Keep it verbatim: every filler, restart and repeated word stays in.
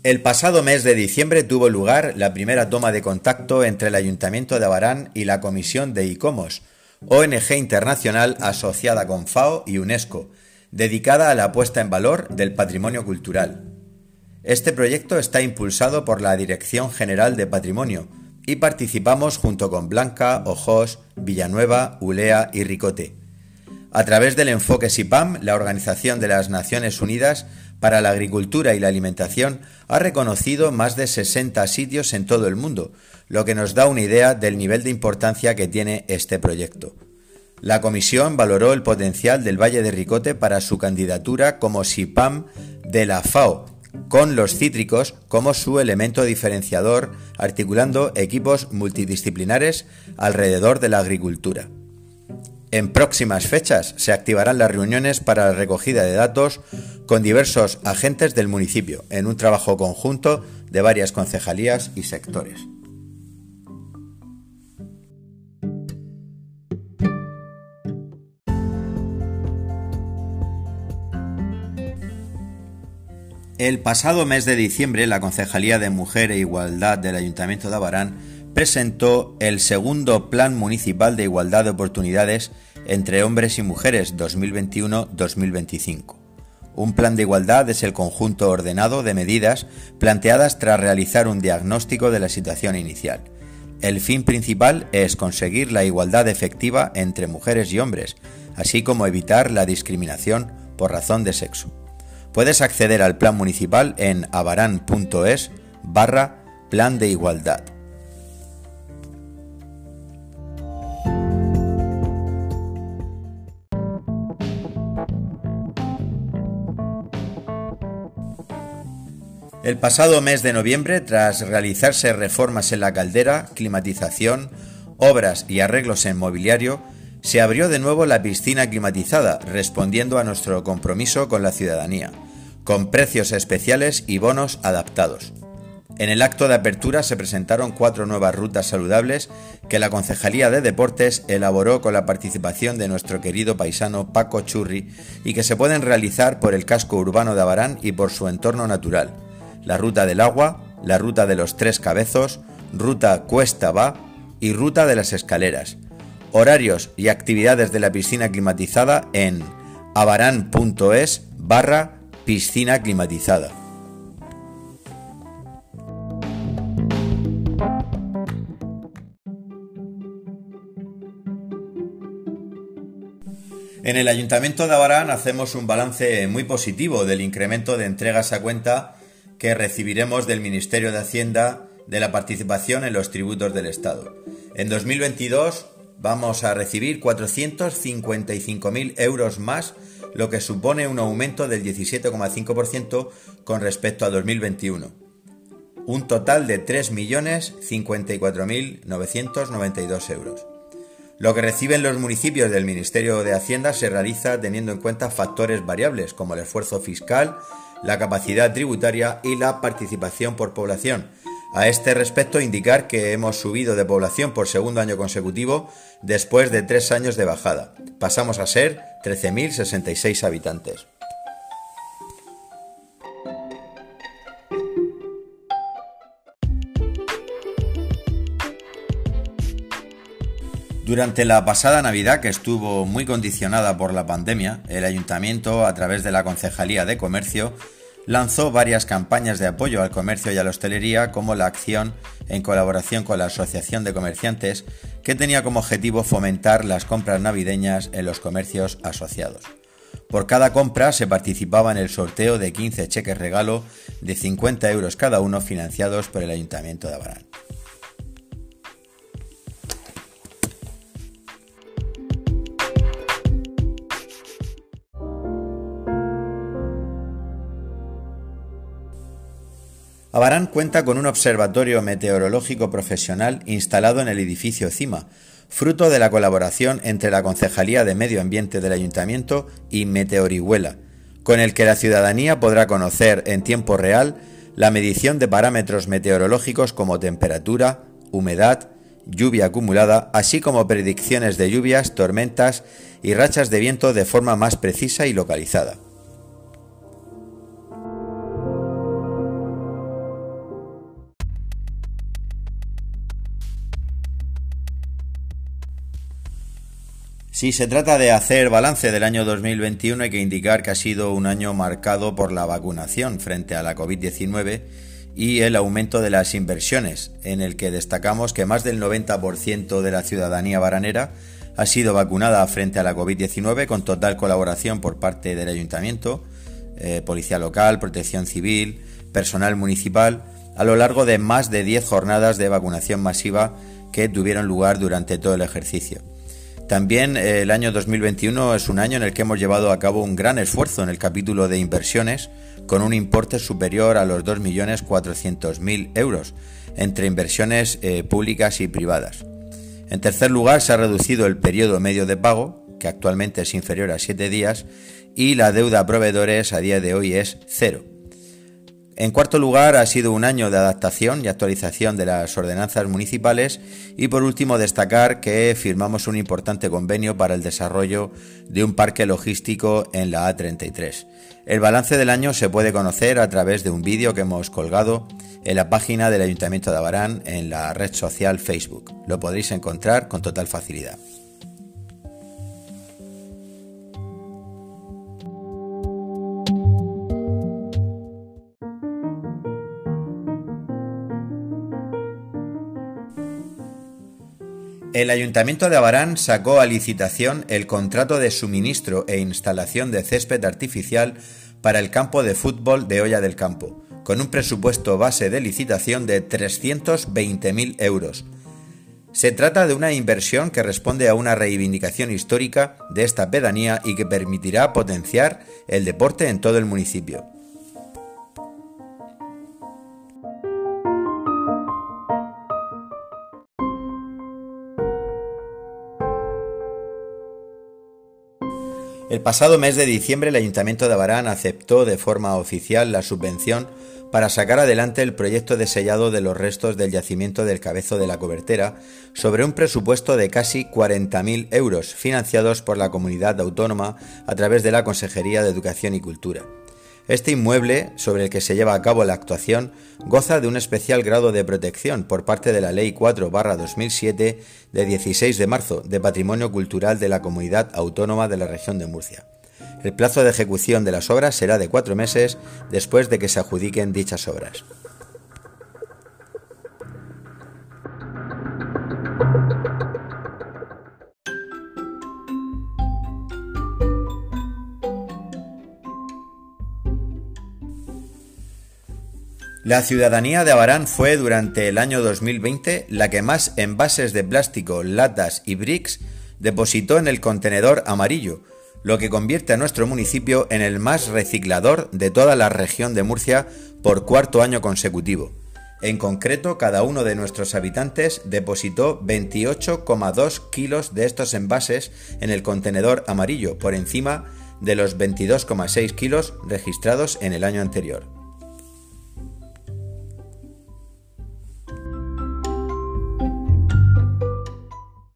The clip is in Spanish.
El pasado mes de diciembre tuvo lugar la primera toma de contacto entre el Ayuntamiento de Abarán y la Comisión de ICOMOS, O N G internacional asociada con FAO y UNESCO, dedicada a la puesta en valor del patrimonio cultural. Este proyecto está impulsado por la Dirección General de Patrimonio y participamos junto con Blanca, Ojos, Villanueva, Ulea y Ricote. A través del enfoque SIPAM, la Organización de las Naciones Unidas para la Agricultura y la Alimentación ha reconocido más de sesenta sitios en todo el mundo, lo que nos da una idea del nivel de importancia que tiene este proyecto. La Comisión valoró el potencial del Valle de Ricote para su candidatura como SIPAM de la FAO, con los cítricos como su elemento diferenciador, articulando equipos multidisciplinares alrededor de la agricultura. En próximas fechas se activarán las reuniones para la recogida de datos con diversos agentes del municipio, en un trabajo conjunto de varias concejalías y sectores. El pasado mes de diciembre, la Concejalía de Mujer e Igualdad del Ayuntamiento de Abarán presentó el segundo Plan Municipal de Igualdad de Oportunidades entre Hombres y Mujeres dos mil veintiuno dos mil veinticinco. Un plan de igualdad es el conjunto ordenado de medidas planteadas tras realizar un diagnóstico de la situación inicial. El fin principal es conseguir la igualdad efectiva entre mujeres y hombres, así como evitar la discriminación por razón de sexo. Puedes acceder al plan municipal en abarán.es barra plan de igualdad. El pasado mes de noviembre, tras realizarse reformas en la caldera, climatización, obras y arreglos en mobiliario, se abrió de nuevo la piscina climatizada, respondiendo a nuestro compromiso con la ciudadanía, con precios especiales y bonos adaptados. En el acto de apertura se presentaron cuatro nuevas rutas saludables que la Concejalía de Deportes elaboró con la participación de nuestro querido paisano Paco Churri y que se pueden realizar por el casco urbano de Abarán y por su entorno natural. La Ruta del Agua, la Ruta de los Tres Cabezos, Ruta Cuesta Va y Ruta de las Escaleras. Horarios y actividades de la piscina climatizada en abarán.es barra piscina climatizada. En el Ayuntamiento de Abarán hacemos un balance muy positivo del incremento de entregas a cuenta que recibiremos del Ministerio de Hacienda de la participación en los tributos del Estado. En dos mil veintidós vamos a recibir cuatrocientos cincuenta y cinco mil euros más, lo que supone un aumento del diecisiete coma cinco por ciento con respecto a dos mil veintiuno. Un total de tres millones cincuenta y cuatro mil novecientos noventa y dos euros. Lo que reciben los municipios del Ministerio de Hacienda se realiza teniendo en cuenta factores variables como el esfuerzo fiscal, la capacidad tributaria y la participación por población. A este respecto, indicar que hemos subido de población por segundo año consecutivo después de tres años de bajada. Pasamos a ser trece mil sesenta y seis habitantes. Durante la pasada Navidad, que estuvo muy condicionada por la pandemia, el Ayuntamiento, a través de la Concejalía de Comercio, lanzó varias campañas de apoyo al comercio y a la hostelería, como la acción en colaboración con la Asociación de Comerciantes, que tenía como objetivo fomentar las compras navideñas en los comercios asociados. Por cada compra se participaba en el sorteo de quince cheques regalo de cincuenta euros cada uno, financiados por el Ayuntamiento de Abarán. Abarán cuenta con un observatorio meteorológico profesional instalado en el edificio CIMA, fruto de la colaboración entre la Concejalía de Medio Ambiente del Ayuntamiento y Meteorihuela, con el que la ciudadanía podrá conocer en tiempo real la medición de parámetros meteorológicos como temperatura, humedad, lluvia acumulada, así como predicciones de lluvias, tormentas y rachas de viento de forma más precisa y localizada. Si se trata de hacer balance del año dos mil veintiuno, hay que indicar que ha sido un año marcado por la vacunación frente a la COVID diecinueve y el aumento de las inversiones, en el que destacamos que más del noventa por ciento de la ciudadanía baranera ha sido vacunada frente a la COVID diecinueve, con total colaboración por parte del Ayuntamiento, eh, Policía Local, Protección Civil, personal municipal, a lo largo de más de diez jornadas de vacunación masiva que tuvieron lugar durante todo el ejercicio. También eh, el año dos mil veintiuno es un año en el que hemos llevado a cabo un gran esfuerzo en el capítulo de inversiones, con un importe superior a los dos millones cuatrocientos mil euros, entre inversiones eh, públicas y privadas. En tercer lugar, se ha reducido el periodo medio de pago, que actualmente es inferior a siete días, y la deuda a proveedores a día de hoy es cero. En cuarto lugar, ha sido un año de adaptación y actualización de las ordenanzas municipales y, por último, destacar que firmamos un importante convenio para el desarrollo de un parque logístico en la A treinta y tres. El balance del año se puede conocer a través de un vídeo que hemos colgado en la página del Ayuntamiento de Abarán en la red social Facebook. Lo podréis encontrar con total facilidad. El Ayuntamiento de Abarán sacó a licitación el contrato de suministro e instalación de césped artificial para el campo de fútbol de Olla del Campo, con un presupuesto base de licitación de trescientos veinte mil euros. Se trata de una inversión que responde a una reivindicación histórica de esta pedanía y que permitirá potenciar el deporte en todo el municipio. El pasado mes de diciembre el Ayuntamiento de Abarán aceptó de forma oficial la subvención para sacar adelante el proyecto de sellado de los restos del yacimiento del Cabezo de la Cobertera sobre un presupuesto de casi cuarenta mil euros financiados por la comunidad autónoma a través de la Consejería de Educación y Cultura. Este inmueble, sobre el que se lleva a cabo la actuación, goza de un especial grado de protección por parte de la Ley cuatro barra dos mil siete de dieciséis de marzo de Patrimonio Cultural de la Comunidad Autónoma de la Región de Murcia. El plazo de ejecución de las obras será de cuatro meses después de que se adjudiquen dichas obras. La ciudadanía de Abarán fue durante el año dos mil veinte la que más envases de plástico, latas y bricks depositó en el contenedor amarillo, lo que convierte a nuestro municipio en el más reciclador de toda la región de Murcia por cuarto año consecutivo. En concreto, cada uno de nuestros habitantes depositó veintiocho coma dos kilos de estos envases en el contenedor amarillo, por encima de los veintidós coma seis kilos registrados en el año anterior.